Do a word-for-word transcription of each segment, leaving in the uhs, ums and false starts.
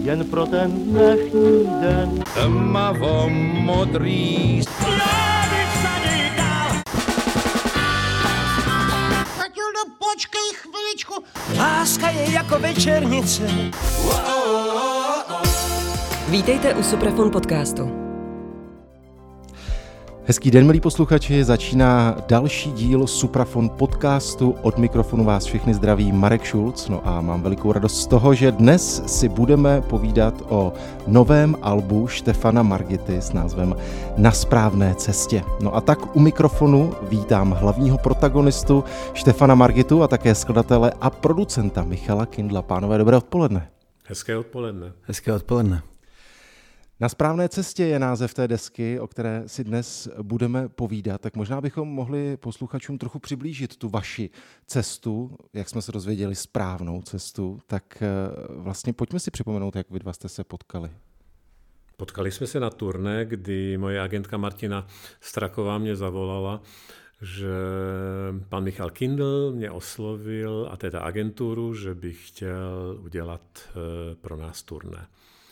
jen pro ten dnešní den. Tmavo modrý. Matildo, počkej chviličku. Láska je jako večernice. Vítejte u Suprafon podcastu. Hezký den, milí posluchači, začíná další díl Suprafon podcastu. Od mikrofonu vás všechny zdraví Marek Šulc. No a mám velikou radost z toho, že dnes si budeme povídat o novém albu Štefana Margity s názvem Na správné cestě. No a tak u mikrofonu vítám hlavního protagonistu Štefana Margitu a také skladatele a producenta Michala Kindla. Pánové, dobré odpoledne. Hezké odpoledne. Hezké odpoledne. Na správné cestě je název té desky, o které si dnes budeme povídat. Tak možná bychom mohli posluchačům trochu přiblížit tu vaši cestu, jak jsme se dozvěděli, správnou cestu. Tak vlastně pojďme si připomenout, jak vy dva jste se potkali. Potkali jsme se na turné, kdy moje agentka Martina Straková mě zavolala, že pan Michal Kindl mě oslovil, a teda agenturu, že by chtěl udělat pro nás turné.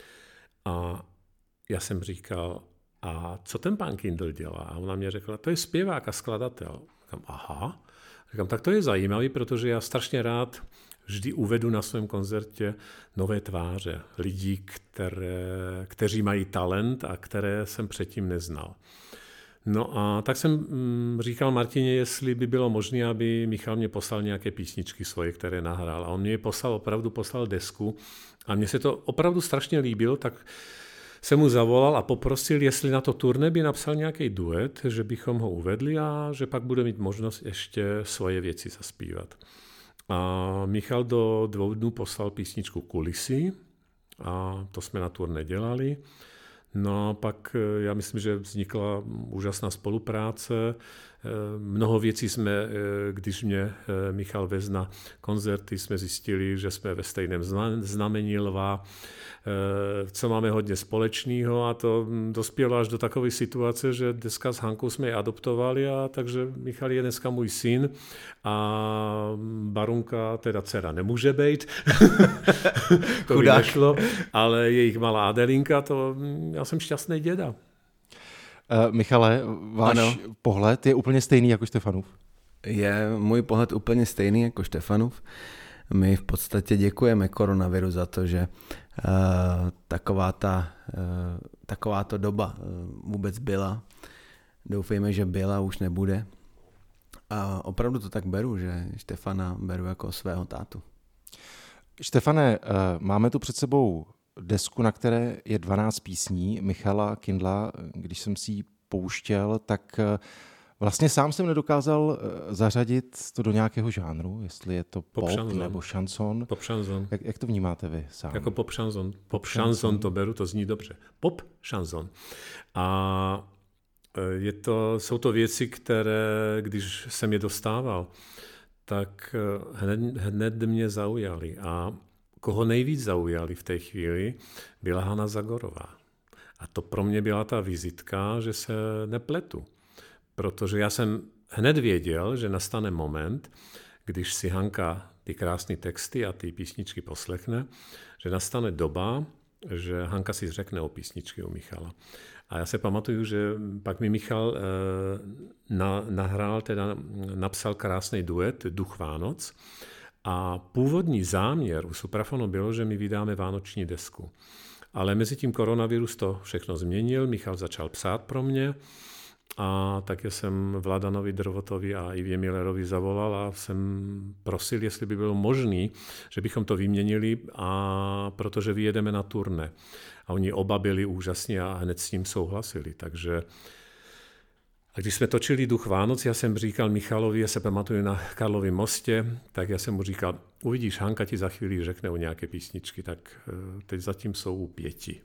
A já jsem říkal, a co ten pán Kindl dělá? A ona mě řekla, to je zpěvák a skladatel. Říkám, aha. Říkám, tak to je zajímavý, protože já strašně rád vždy uvedu na svém koncertě nové tváře. Lidí, které, kteří mají talent a které jsem předtím neznal. No a tak jsem říkal Martině, jestli by bylo možné, aby Michal mě poslal nějaké písničky svoje, které nahrál. A on mě je poslal, opravdu poslal desku. A mně se to opravdu strašně líbilo, tak jsem mu zavolal a poprosil, jestli na to turné by napsal nějaký duet, že bychom ho uvedli a že pak bude mít možnost ještě svoje věci zaspívat. A Michal do dvou dnů poslal písničku Kulisy a to jsme na turné dělali. No a pak já myslím, že vznikla úžasná spolupráce. Mnoho věcí jsme, když mě Michal vez na koncerty, jsme zjistili, že jsme ve stejném znamení lva, co máme hodně společného, a to dospělo až do takové situace, že dneska s Hankou jsme je adoptovali, a takže Michal je dneska můj syn a Barunka, teda dcera, nemůže být, to by nešlo, ale jejich malá Adelinka, to já jsem šťastný děda. Uh, Michale, váš ano. pohled je úplně stejný jako Štefanův? Je můj pohled úplně stejný jako Štefanův. My v podstatě děkujeme koronaviru za to, že uh, taková ta, uh, takováto doba uh, vůbec byla. Doufejme, že byla, už nebude. A opravdu to tak beru, že Štefana beru jako svého tátu. Štefane, uh, máme tu před sebou desku, na které je dvanáct písní Michala Kindla. Když jsem si ji pouštěl, tak vlastně sám jsem nedokázal zařadit to do nějakého žánru, jestli je to pop, pop nebo šanson. Pop šanson. Jak, jak to vnímáte vy sám? Jako pop šanson. Pop šanson to beru, to zní dobře. Pop šanson. A je to, jsou to věci, které, když jsem je dostával, tak hned, hned mě zaujaly. A koho nejvíc zaujali v té chvíli, byla Hana Zagorová. A to pro mě byla ta vizitka, že se nepletu. Protože já jsem hned věděl, že nastane moment, když si Hanka ty krásné texty a ty písničky poslechne, že nastane doba, že Hanka si řekne o písničky u Michala. A já se pamatuju, že pak mi Michal eh, na, nahrál, teda napsal krásný duet Duch Vánoc. A původní záměr u Suprafonu bylo, že my vydáme vánoční desku. Ale mezi tím koronavirus to všechno změnil, Michal začal psát pro mě, a také jsem Vladanovi Drvotovi a Ivě Millerovi zavolal a jsem prosil, jestli by bylo možné, že bychom to vyměnili, a protože vyjedeme na turné. A oni oba byli úžasní a hned s tím souhlasili, takže a když jsme točili Duch Vánoc, já jsem říkal Michalovi, já se pamatuju na Karlově mostě, tak já jsem mu říkal, uvidíš, Hanka ti za chvíli řekne o nějaké písničky, tak teď zatím jsou u pěti.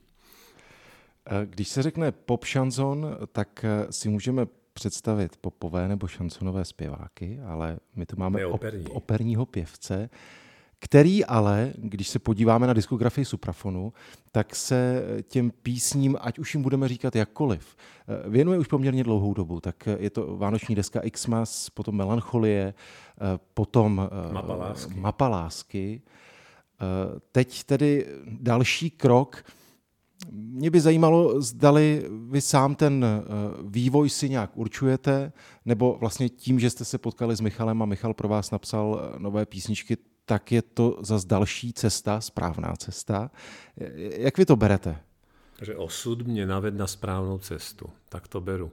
Když se řekne pop šanson, tak si můžeme představit popové nebo šansonové zpěváky, ale my tu máme operní. op- operního pěvce, který ale, když se podíváme na diskografii Suprafonu, tak se těm písním, ať už jim budeme říkat jakkoliv, věnuje už poměrně dlouhou dobu. Tak je to vánoční deska Xmas, potom Melancholie, potom Mapa lásky. Mapa lásky. Teď tedy další krok. Mě by zajímalo, zdali vy sám ten vývoj si nějak určujete, nebo vlastně tím, že jste se potkali s Michalem a Michal pro vás napsal nové písničky, tak je to zas další cesta, správná cesta. Jak vy to berete? Že osud mě naved na správnou cestu, tak to beru.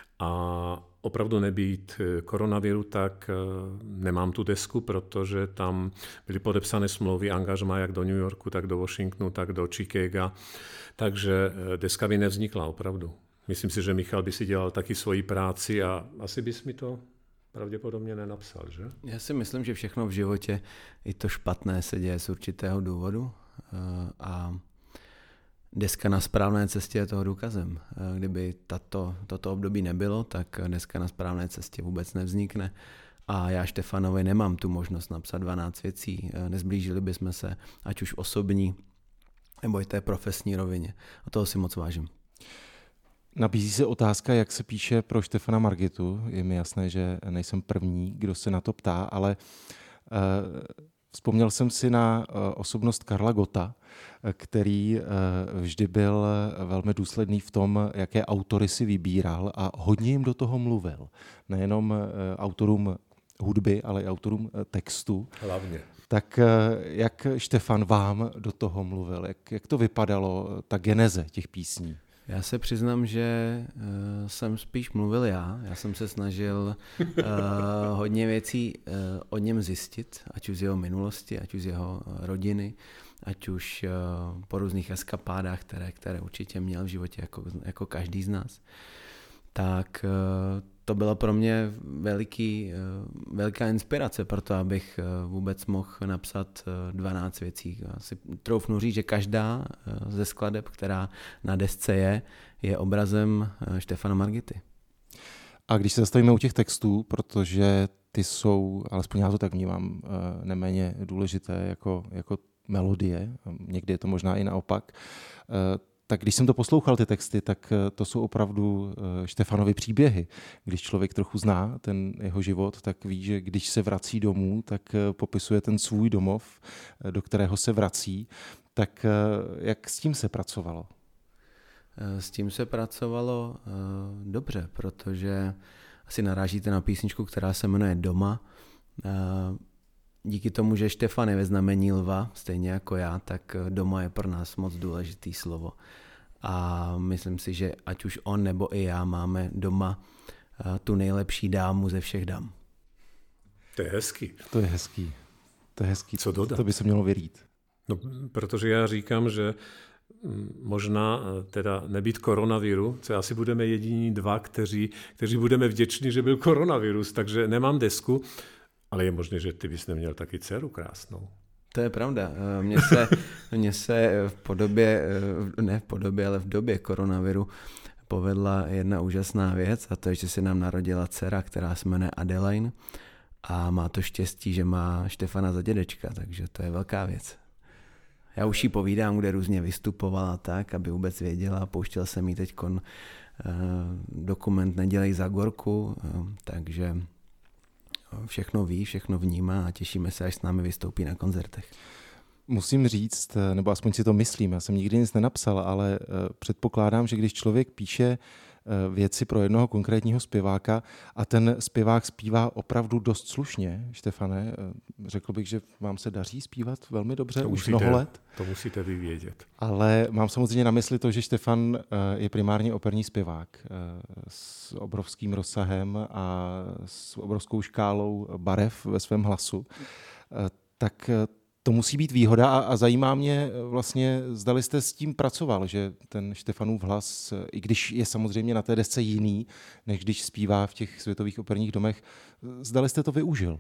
A opravdu nebýt koronaviru, tak nemám tu desku, protože tam byly podepsané smlouvy, angažmá jak do New Yorku, tak do Washingtonu, tak do Chicaga. Takže deska by nevznikla opravdu. Myslím si, že Michal by si dělal taky svoji práci a asi bys mi to pravděpodobně nenapsal, že? Já si myslím, že všechno v životě, i to špatné, se děje z určitého důvodu a deska na správné cestě je toho důkazem. Kdyby tato, toto období nebylo, tak deska na správné cestě vůbec nevznikne. A já Štefanovi nemám tu možnost napsat dvanáct věcí. Nezblížili bychom se, ať už osobní, nebo i té profesní rovině. A toho si moc vážím. Nabízí se otázka, jak se píše pro Štefana Margitu. Je mi jasné, že nejsem první, kdo se na to ptá, ale uh, vzpomněl jsem si na uh, osobnost Karla Gotta, který uh, vždy byl velmi důsledný v tom, jaké autory si vybíral a hodně jim do toho mluvil. Nejenom uh, autorům hudby, ale i autorům uh, textu. Hlavně. Tak uh, jak Štefan vám do toho mluvil? Jak, jak to vypadalo, ta geneze těch písní? Já se přiznám, že uh, jsem spíš mluvil já. Já jsem se snažil uh, hodně věcí uh, od něm zjistit, ať už z jeho minulosti, ať už z jeho rodiny, ať už uh, po různých eskapádách, které, které určitě měl v životě jako, jako každý z nás. Tak uh, to bylo pro mě veliký, uh, veliká inspirace pro to, abych uh, vůbec mohl napsat uh, dvanáct věcí. Asi troufnu říct, že každá uh, ze skladeb, která na desce je, je obrazem uh, Štefana Margity. A když se zastavíme u těch textů, protože ty jsou, alespoň já to tak vnímám, uh, neméně důležité jako, jako melodie, někdy je to možná i naopak, uh, tak když jsem to poslouchal, ty texty, tak to jsou opravdu Štefanovi příběhy. Když člověk trochu zná ten jeho život, tak ví, že když se vrací domů, tak popisuje ten svůj domov, do kterého se vrací. Tak jak s tím se pracovalo? S tím se pracovalo dobře, protože asi narážíte na písničku, která se jmenuje Doma. Díky tomu, že Štefan je ve znamení lva, stejně jako já, tak doma je pro nás moc důležitý slovo. A myslím si, že ať už on nebo i já máme doma tu nejlepší dámu ze všech dám. To je hezký. To je hezký. To je hezký. Co dodat? To by se mělo vyrít. No, protože já říkám, že možná teda nebýt koronaviru, co asi budeme jediní dva, kteří, kteří budeme vděční, že byl koronavirus, takže nemám desku, ale je možné, že ty bys neměl taky dceru krásnou. To je pravda. Mně se, mně se v podobě, ne v podobě, ale v době koronaviru povedla jedna úžasná věc a to je, že se nám narodila dcera, která se jmenuje Adeline a má to štěstí, že má Štefana za dědečka, takže to je velká věc. Já už jí povídám, kde různě vystupovala tak, aby vůbec věděla. Pouštěl jsem jí teďkon uh, dokument Nedělej za gorku, uh, takže všechno ví, všechno vnímá a těšíme se, až s námi vystoupí na koncertech. Musím říct, nebo aspoň si to myslím, já jsem nikdy nic nenapsal, ale předpokládám, že když člověk píše věci pro jednoho konkrétního zpěváka a ten zpěvák zpívá opravdu dost slušně, Štefane, řekl bych, že vám se daří zpívat velmi dobře, to už musíte, mnoho let. To musíte vy vědět. Ale mám samozřejmě na mysli to, že Štefan je primárně operní zpěvák s obrovským rozsahem a s obrovskou škálou barev ve svém hlasu. Tak to musí být výhoda a, a zajímá mě vlastně, zdali jste s tím pracoval, že ten Štefanův hlas, i když je samozřejmě na té desce jiný, než když zpívá v těch světových operních domech, zdali jste to využil?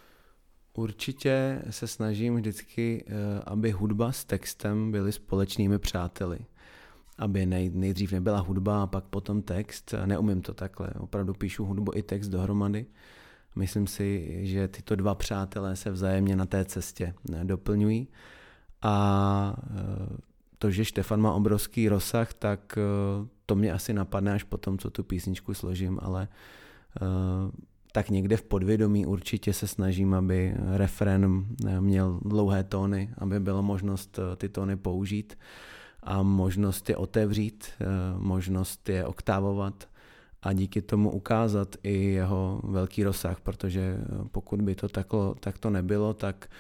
Určitě se snažím vždycky, aby hudba s textem byly společnými přáteli. Aby nej, nejdřív nebyla hudba a pak potom text. Neumím to takhle, opravdu píšu hudbu i text dohromady. Myslím si, že tyto dva přátelé se vzájemně na té cestě doplňují. A to, že Štefan má obrovský rozsah, tak to mě asi napadne až potom, co tu písničku složím, ale tak někde v podvědomí určitě se snažím, aby refrén měl dlouhé tóny, aby byla možnost ty tóny použít a možnost je otevřít, možnost je oktávovat a díky tomu ukázat i jeho velký rozsah, protože pokud by to taklo, takto nebylo, tak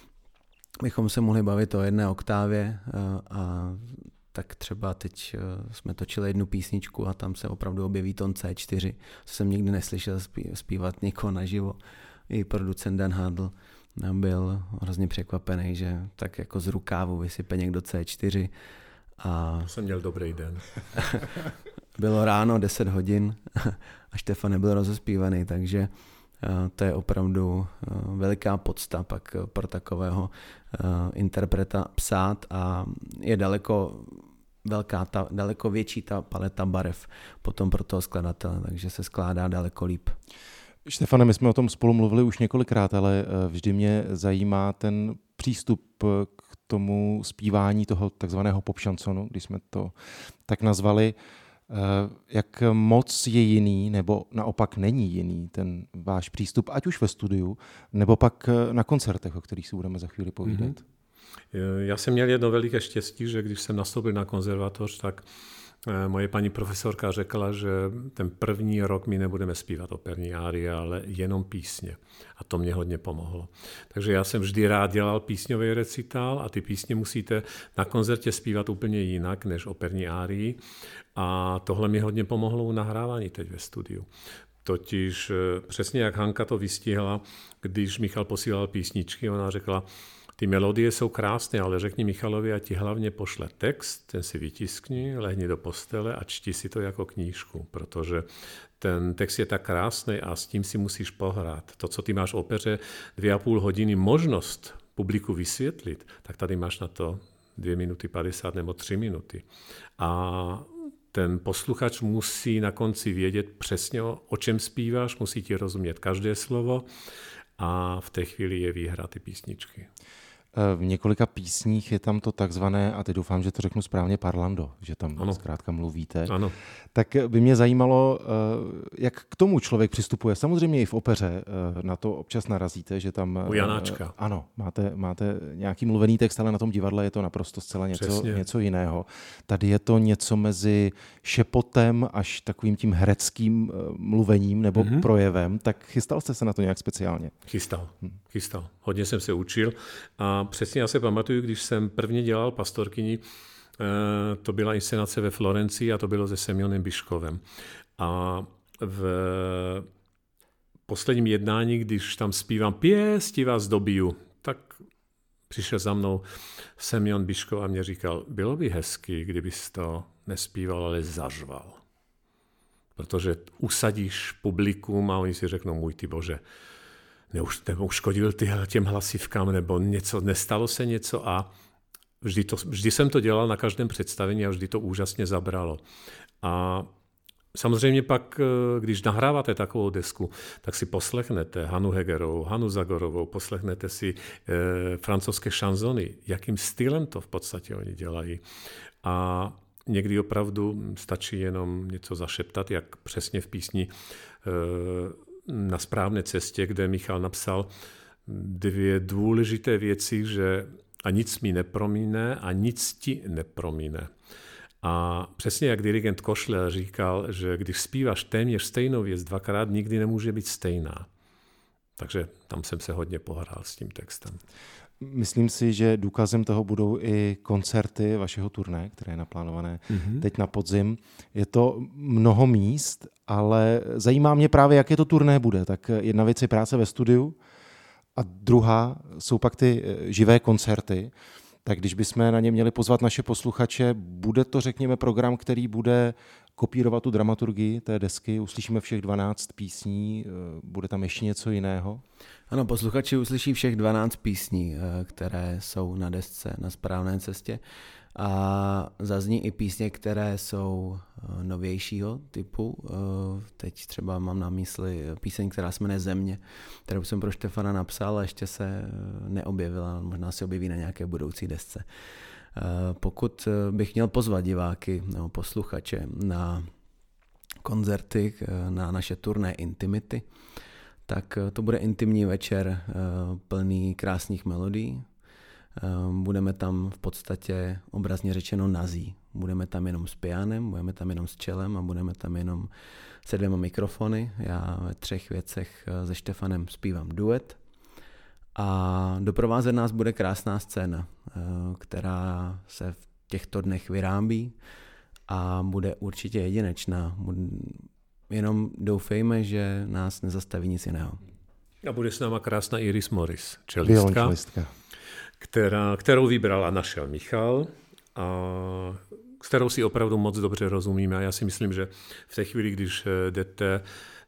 bychom se mohli bavit o jedné oktávě a tak třeba teď jsme točili jednu písničku a tam se opravdu objeví tón cé čtyři, co jsem nikdy neslyšel zpívat někoho naživo. I producent Dan Hadl byl hrozně překvapený, že tak jako z rukávu vysype někdo cé čtyři. A jsem měl dobrý den. Bylo ráno deset hodin a Štefan nebyl rozespívaný, takže to je opravdu veliká podsta pak pro takového interpreta psát a je daleko velká ta, daleko větší ta paleta barev potom pro toho skladatele, takže se skládá daleko líp. Štefane, my jsme o tom spolu mluvili už několikrát, ale vždy mě zajímá ten přístup k tomu zpívání toho takzvaného pop šansonu, když jsme to tak nazvali. Jak moc je jiný, nebo naopak není jiný ten váš přístup, ať už ve studiu, nebo pak na koncertech, o kterých si budeme za chvíli povídat? Mm-hmm. Já jsem měl jedno veliké štěstí, že když jsem nastoupil na konzervatoř, tak moje paní profesorka řekla, že ten první rok my nebudeme zpívat operní árie, ale jenom písně. A to mě hodně pomohlo. Takže já jsem vždy rád dělal písňový recitál a ty písně musíte na koncertě zpívat úplně jinak než operní árii. A tohle mi hodně pomohlo u nahrávání teď ve studiu. Totiž přesně jak Hanka to vystihla, když Michal posílal písničky, ona řekla, ty melodie jsou krásné, ale řekni Michalovi, a ti hlavně pošle text, ten si vytiskni, lehni do postele a čti si to jako knížku, protože ten text je tak krásný a s tím si musíš pohrát. To, co ty máš v opeře dvě a půl hodiny možnost publiku vysvětlit, tak tady máš na to dvě minuty padesát nebo tři minuty. A ten posluchač musí na konci vědět přesně, o čem zpíváš, musí ti rozumět každé slovo a v té chvíli je výhra ty písničky. V několika písních je tam to takzvané, a teď doufám, že to řeknu správně, parlando, že tam ano. zkrátka mluvíte. Ano. Tak by mě zajímalo, jak k tomu člověk přistupuje. Samozřejmě i v opeře na to občas narazíte, že tam... U Janáčka. Ano, máte, máte nějaký mluvený text, ale na tom divadle je to naprosto zcela něco, něco jiného. Tady je to něco mezi šepotem až takovým tím hereckým mluvením nebo mm-hmm. projevem. Tak chystal jste se na to nějak speciálně? Chystal, hm. chystal. Hodně jsem se učil a přesně já se pamatuju, když jsem prvně dělal Pastorkyni, to byla inscenace ve Florencii a to bylo se Semionem Biškovem. A v posledním jednání, když tam zpívám Pěsti vás dobiju, tak přišel za mnou Semjon Biškov a mě říkal, bylo by hezky, kdybys to nespíval, ale zařval. Protože usadíš publikum a oni si řeknou, můj ty bože, neuškodil těm hlasivkám, nebo něco, nestalo se něco a vždy, to, vždy jsem to dělal na každém představení a vždy to úžasně zabralo. A samozřejmě pak, když nahráváte takovou desku, tak si poslechnete Hanu Hegerovou, Hanu Zagorovou, poslechnete si e, francouzské šanzony, jakým stylem to v podstatě oni dělají. A někdy opravdu stačí jenom něco zašeptat, jak přesně v písni e, Na správné cestě, kde Michal napsal dvě důležité věci, že a nic mi nepromíne a nic ti nepromíne. A přesně jak dirigent Košler říkal, že když zpíváš téměř stejnou věc dvakrát, nikdy nemůže být stejná. Takže tam jsem se hodně pohrál s tím textem. Myslím si, že důkazem toho budou i koncerty vašeho turné, které je naplánované mm-hmm. teď na podzim. Je to mnoho míst, ale zajímá mě právě, jak je to turné bude. Tak jedna věc je práce ve studiu a druhá jsou pak ty živé koncerty. Tak když bychom na ně měli pozvat naše posluchače, bude to, řekněme, program, který bude kopírovat tu dramaturgii té desky, uslyšíme všech dvanáct písní, bude tam ještě něco jiného? Ano, posluchači uslyší všech dvanáct písní, které jsou na desce Na správné cestě a zazní i písně, které jsou novějšího typu. Teď třeba mám na mysli píseň, která se jmenuje Země, kterou jsem pro Štefana napsal a ještě se neobjevila, možná se objeví na nějaké budoucí desce. Pokud bych měl pozvat diváky nebo posluchače na koncerty, na naše turné Intimity, tak to bude intimní večer plný krásných melodií. Budeme tam v podstatě obrazně řečeno nazí. Budeme tam jenom s pianem, budeme tam jenom s čelem a budeme tam jenom se dvěma mikrofony. Já ve třech věcech se Štefanem zpívám duet. A doprovázet nás bude krásná scéna, která se v těchto dnech vyrábí a bude určitě jedinečná. Jenom doufejme, že nás nezastaví nic jiného. A bude s náma krásná Iris Morris, čelistka, která, kterou vybral a našel Michal a s kterou si opravdu moc dobře rozumíme. A já si myslím, že v té chvíli, když jdete,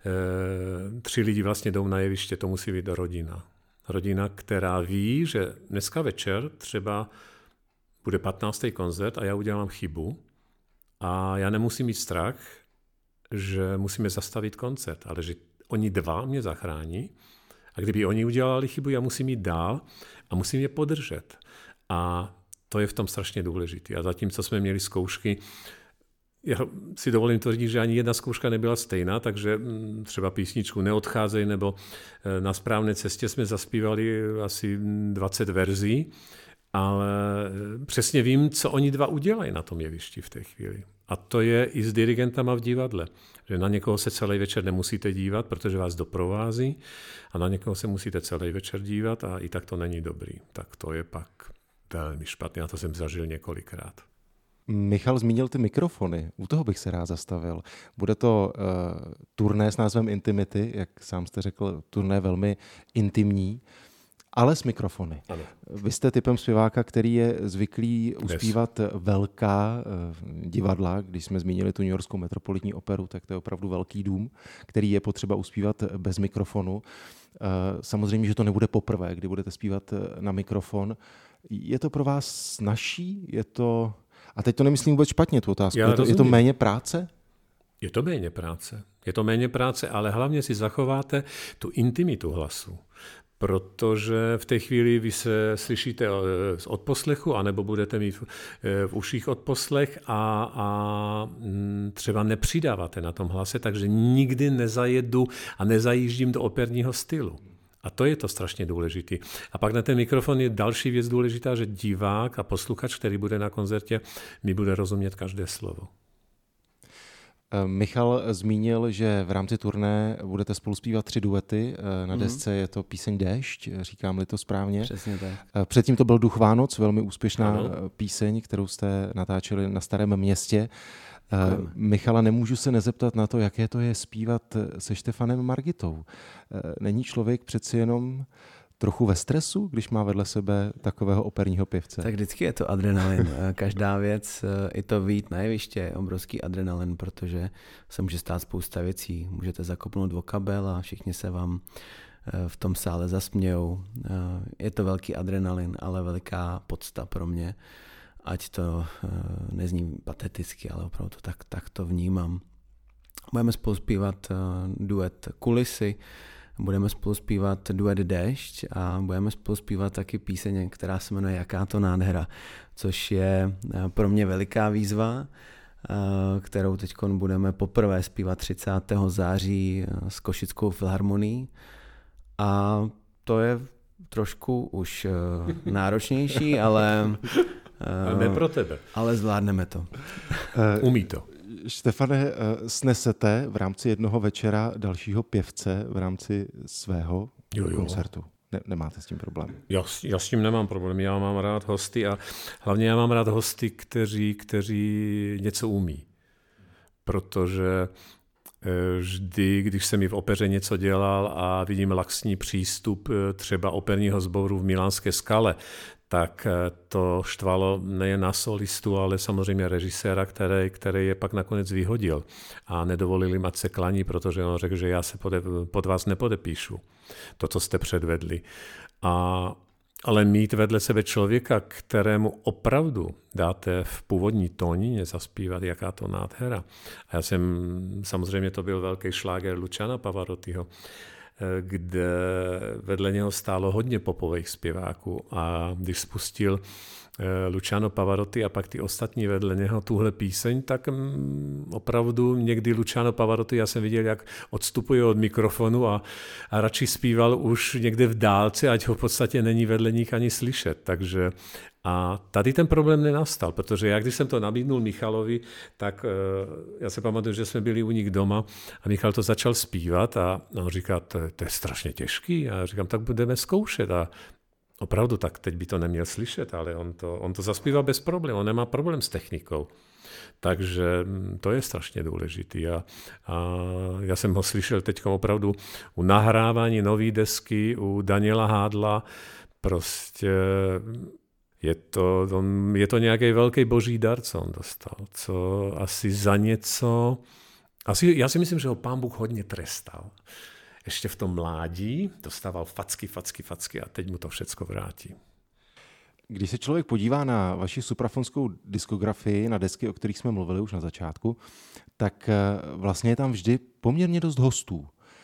tři lidi vlastně jdou na jeviště, to musí být rodina. Rodina, která ví, že dneska večer třeba bude patnáctý koncert a já udělám chybu a já nemusím mít strach, že musíme zastavit koncert, ale že oni dva mě zachrání a kdyby oni udělali chybu, já musím jít dál a musím je podržet. A to je v tom strašně důležité. A zatímco jsme měli zkoušky, já si dovolím tvrdit, že ani jedna zkouška nebyla stejná, takže třeba písničku Neodcházej nebo Na správné cestě jsme zaspívali asi dvacet verzí, ale přesně vím, co oni dva udělají na tom jevišti v té chvíli. A to je i s dirigentama v divadle, že na někoho se celý večer nemusíte dívat, protože vás doprovází a na někoho se musíte celý večer dívat a i tak to není dobrý. Tak to je pak velmi špatný, a to jsem zažil několikrát. Michal zmínil ty mikrofony, u toho bych se rád zastavil. Bude to uh, turné s názvem Intimity, jak sám jste řekl, turné velmi intimní, ale s mikrofony. Ano. Vy jste typem zpěváka, který je zvyklý uspívat yes. velká uh, divadla. Když jsme zmínili tu New Yorkskou metropolitní operu, tak to je opravdu velký dům, který je potřeba uspívat bez mikrofonu. Uh, samozřejmě, že to nebude poprvé, kdy budete zpívat na mikrofon. Je to pro vás snazší? Je to... A teď to nemyslím vůbec špatně, tu otázku. Je to, je to méně práce? Je to méně práce. Je to méně práce, ale hlavně si zachováte tu intimitu hlasu. Protože v té chvíli vy se slyšíte z odposlechu, anebo budete mít v uších odposlech a, a třeba nepřidáváte na tom hlase, takže nikdy nezajedu a nezajíždím do operního stylu. A to je to strašně důležité. A pak na ten mikrofon je další věc důležitá, že divák a posluchač, který bude na koncertě, mi bude rozumět každé slovo. Michal zmínil, že v rámci turné budete spolu zpívat tři duety. Na desce je to píseň Déšť, říkám-li to správně. Přesně tak. Předtím to byl Duch Vánoc, velmi úspěšná ano. píseň, kterou jste natáčeli na Starém Městě. Uh, Michala, nemůžu se nezeptat na to, jaké to je zpívat se Štefanem Margitou. Uh, není člověk přeci jenom trochu ve stresu, když má vedle sebe takového operního pěvce? Tak vždycky je to adrenalin. Každá věc, i to vyjít na jeviště, je obrovský adrenalin, protože se může stát spousta věcí. Můžete zakopnout vokabel a všichni se vám v tom sále zasmějou. Je to velký adrenalin, ale veliká podsta pro mě. Ať to nezní pateticky, ale opravdu to tak, tak to vnímám. Budeme spolu zpívat duet Kulisy, budeme spolu zpívat duet Déšť a budeme spolu zpívat taky píseň, která se jmenuje Jaká to nádhera, což je pro mě veliká výzva, kterou teď budeme poprvé zpívat třicátého září s Košickou filharmonií. A to je trošku už náročnější, ale... Ale ne pro tebe. Ale zvládneme to. Umí to. Štefane, snesete v rámci jednoho večera dalšího pěvce v rámci svého jo, jo. koncertu? Ne, nemáte s tím problém? Já, já s tím nemám problém. Já mám rád hosty a hlavně já mám rád hosty, kteří, kteří něco umí. Protože vždy, když jsem mi v opeře něco dělal a vidím laxní přístup třeba operního sboru v Milánské Skale, tak to štvalo nejen na solistu, ale samozřejmě režiséra, který, který je pak nakonec vyhodil a nedovolili jim, ať se klaní, protože on řekl, že já se pod, pod vás nepodepíšu, to, co jste předvedli. A, ale mít vedle sebe člověka, kterému opravdu dáte v původní tónině zaspívat, jaká to nádhera. A já jsem, samozřejmě to byl velký šláger Luciana Pavarottiho, kde vedle něho stálo hodně popových zpěváků a když spustil Luciano Pavarotti a pak ty ostatní vedle něho tuhle píseň, tak opravdu někdy Luciano Pavarotti, já jsem viděl, jak odstupuje od mikrofonu a, a radši zpíval už někde v dálce, ať ho v podstatě není vedle nich ani slyšet. Takže a tady ten problém nenastal, protože já, když jsem to nabídnul Michalovi, tak já se pamatuju, že jsme byli u nich doma a Michal to začal zpívat a on říká, to, to je strašně těžký. A já říkám, tak budeme zkoušet. A opravdu, tak teď by to neměl slyšet, ale on to, on to zaspívá bez problémů, on nemá problém s technikou. Takže to je strašně důležitý. A, a já jsem ho slyšel teď opravdu u nahrávání nové desky, u Daniela Hádla, prostě je to, on, je to nějaký velký boží dar, co on dostal, co asi za něco, asi, já si myslím, že ho Pán Bůh hodně trestal. Ještě v tom mládí dostával facky, facky, facky a teď mu to všecko vrátí. Když se člověk podívá na vaši suprafonskou diskografii, na desky, o kterých jsme mluvili už na začátku, tak vlastně je tam vždy poměrně dost hostů.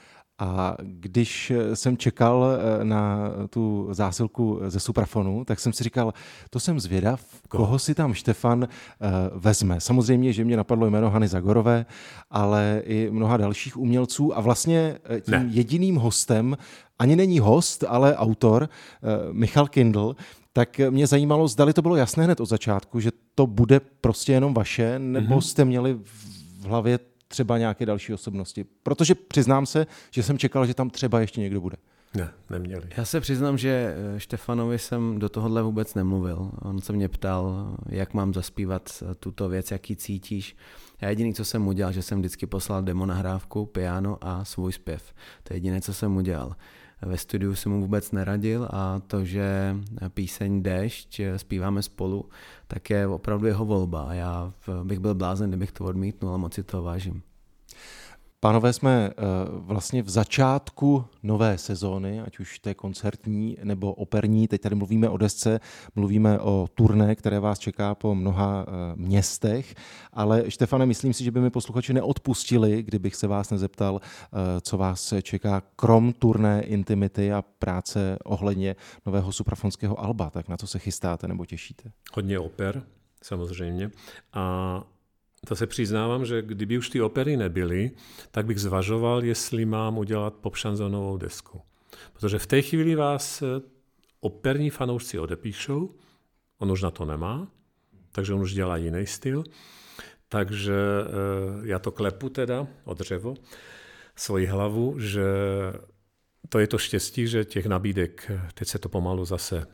A když jsem čekal na tu zásilku ze suprafonu, tak jsem si říkal, to jsem zvědav, koho si tam Štefan vezme. Samozřejmě, že mě napadlo jméno Hany Zagorové, ale i mnoha dalších umělců. A vlastně tím ne. jediným hostem, ani není host, ale autor, Michal Kindl, tak mě zajímalo, zdali to bylo jasné hned od začátku, že to bude prostě jenom vaše, nebo jste měli v hlavě třeba nějaké další osobnosti. Protože přiznám se, že jsem čekal, že tam třeba ještě někdo bude. Ne, neměli. Já se přiznám, že Štefanovi jsem do tohohle vůbec nemluvil. On se mě ptal, jak mám zaspívat tuto věc, jak ji cítíš. Já jediný, co jsem udělal, že jsem vždycky poslal demo nahrávku, piano a svůj zpěv. To je jediné, co jsem udělal. Ve studiu jsem mu vůbec neradil a to, že píseň Déšť zpíváme spolu, tak je opravdu jeho volba. Já bych byl blázen, kdybych to odmítnul a moc si to vážím. Pánové, jsme vlastně v začátku nové sezóny, ať už to je koncertní nebo operní. Teď tady mluvíme o desce, mluvíme o turné, které vás čeká po mnoha městech. Ale Štefane, myslím si, že by mi posluchači neodpustili, kdybych se vás nezeptal, co vás čeká krom turné, intimity a práce ohledně nového suprafonského alba. Tak na co se chystáte nebo těšíte? Hodně oper, samozřejmě. A to se přiznávám, že kdyby už ty opery nebyly, tak bych zvažoval, jestli mám udělat popšanzonovou desku. Protože v té chvíli vás operní fanoušci odepíšou, on už na to nemá, takže on už dělá jiný styl. Takže já to klepu teda o dřevo, svoji hlavu, že to je to štěstí, že těch nabídek, teď se to pomalu zase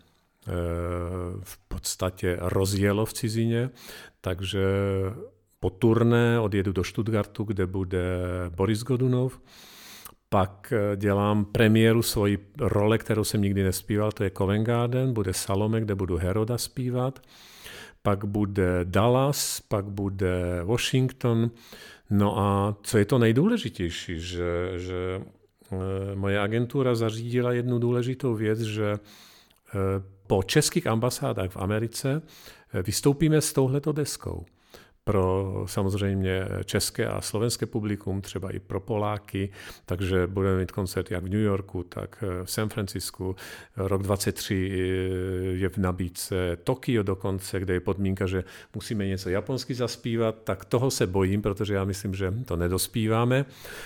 v podstatě rozjelo v cizině, takže po turné odjedu do Stuttgartu, kde bude Boris Godunov. Pak dělám premiéru svojí role, kterou jsem nikdy nespíval, to je Covent Garden, bude Salome, kde budu Heroda zpívat. Pak bude Dallas, pak bude Washington. No a co je to nejdůležitější, že, že moje agentura zařídila jednu důležitou věc, že po českých ambasádách v Americe vystoupíme s touhleto deskou. Pro samozřejmě české a slovenské publikum, třeba i pro Poláky, takže budeme mít koncert jak v New Yorku, tak v San Francisku. Rok dvacet tři je v nabídce Tokio dokonce, kde je podmínka, že musíme něco japonsky zaspívat, tak toho se bojím, protože já myslím, že to nedospíváme.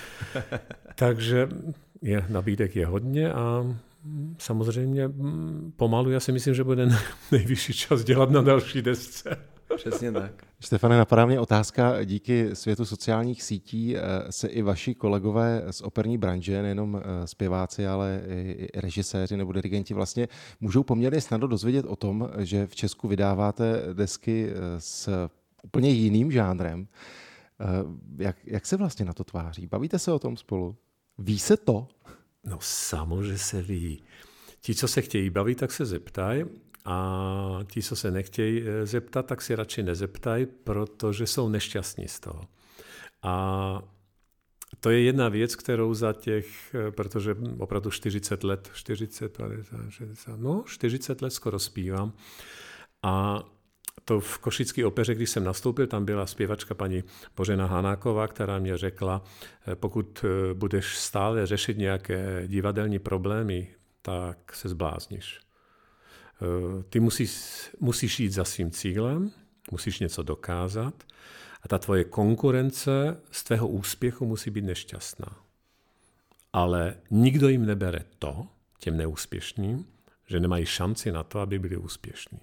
Takže je, nabídek je hodně a samozřejmě pomalu já si myslím, že bude nejvyšší čas dělat na další desce. Přesně tak. Štefane, napadá mě otázka, díky světu sociálních sítí se i vaši kolegové z operní branže, nejenom zpěváci, ale i režiséři nebo dirigenti vlastně můžou poměrně snadno dozvědět o tom, že v Česku vydáváte desky s úplně jiným žánrem. Jak, jak se vlastně na to tváří? Bavíte se o tom spolu? Ví se to? No samo, že se ví. Ti, co se chtějí bavit, tak se zeptají. A ti, co se nechtějí zeptat, tak si radši nezeptají, protože jsou nešťastní z toho. A to je jedna věc, kterou za těch, protože opravdu čtyřicet let, čtyřicet, padesát, šedesát, no čtyřicet let skoro zpívám. A to v Košické opeře, když jsem nastoupil, tam byla zpěvačka paní Božena Hanáková, která mě řekla, pokud budeš stále řešit nějaké divadelní problémy, tak se zblázníš. Ty musíš, musíš jít za svým cílem, musíš něco dokázat a ta tvoje konkurence z tvého úspěchu musí být nešťastná. Ale nikdo jim nebere to, těm neúspěšným, že nemají šanci na to, aby byli úspěšní.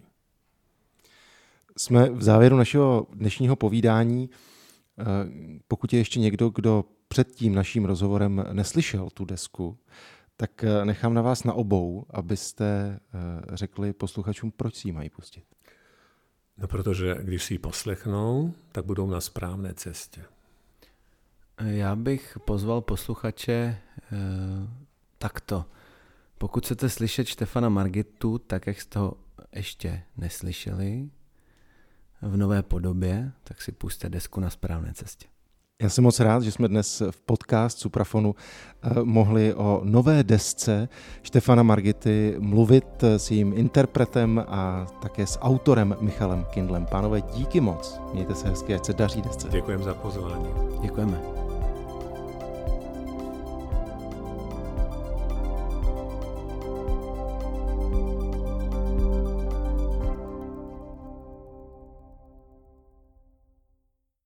Jsme v závěru našeho dnešního povídání. Pokud je ještě někdo, kdo před tím naším rozhovorem neslyšel tu desku, tak nechám na vás na obou, abyste řekli posluchačům, proč si ji mají pustit. No, protože když si ji poslechnou, tak budou na správné cestě. Já bych pozval posluchače e, takto. Pokud chcete slyšet Štefana Margitu, tak jak jste ho ještě neslyšeli v nové podobě, tak si pusťte desku Na správné cestě. Já jsem moc rád, že jsme dnes v podcast Suprafonu mohli o nové desce Štefana Margity mluvit s jejím interpretem a také s autorem Michalem Kindlem. Pánové, díky moc. Mějte se hezky, ať se daří desce. Děkujem za pozvání. Děkujeme.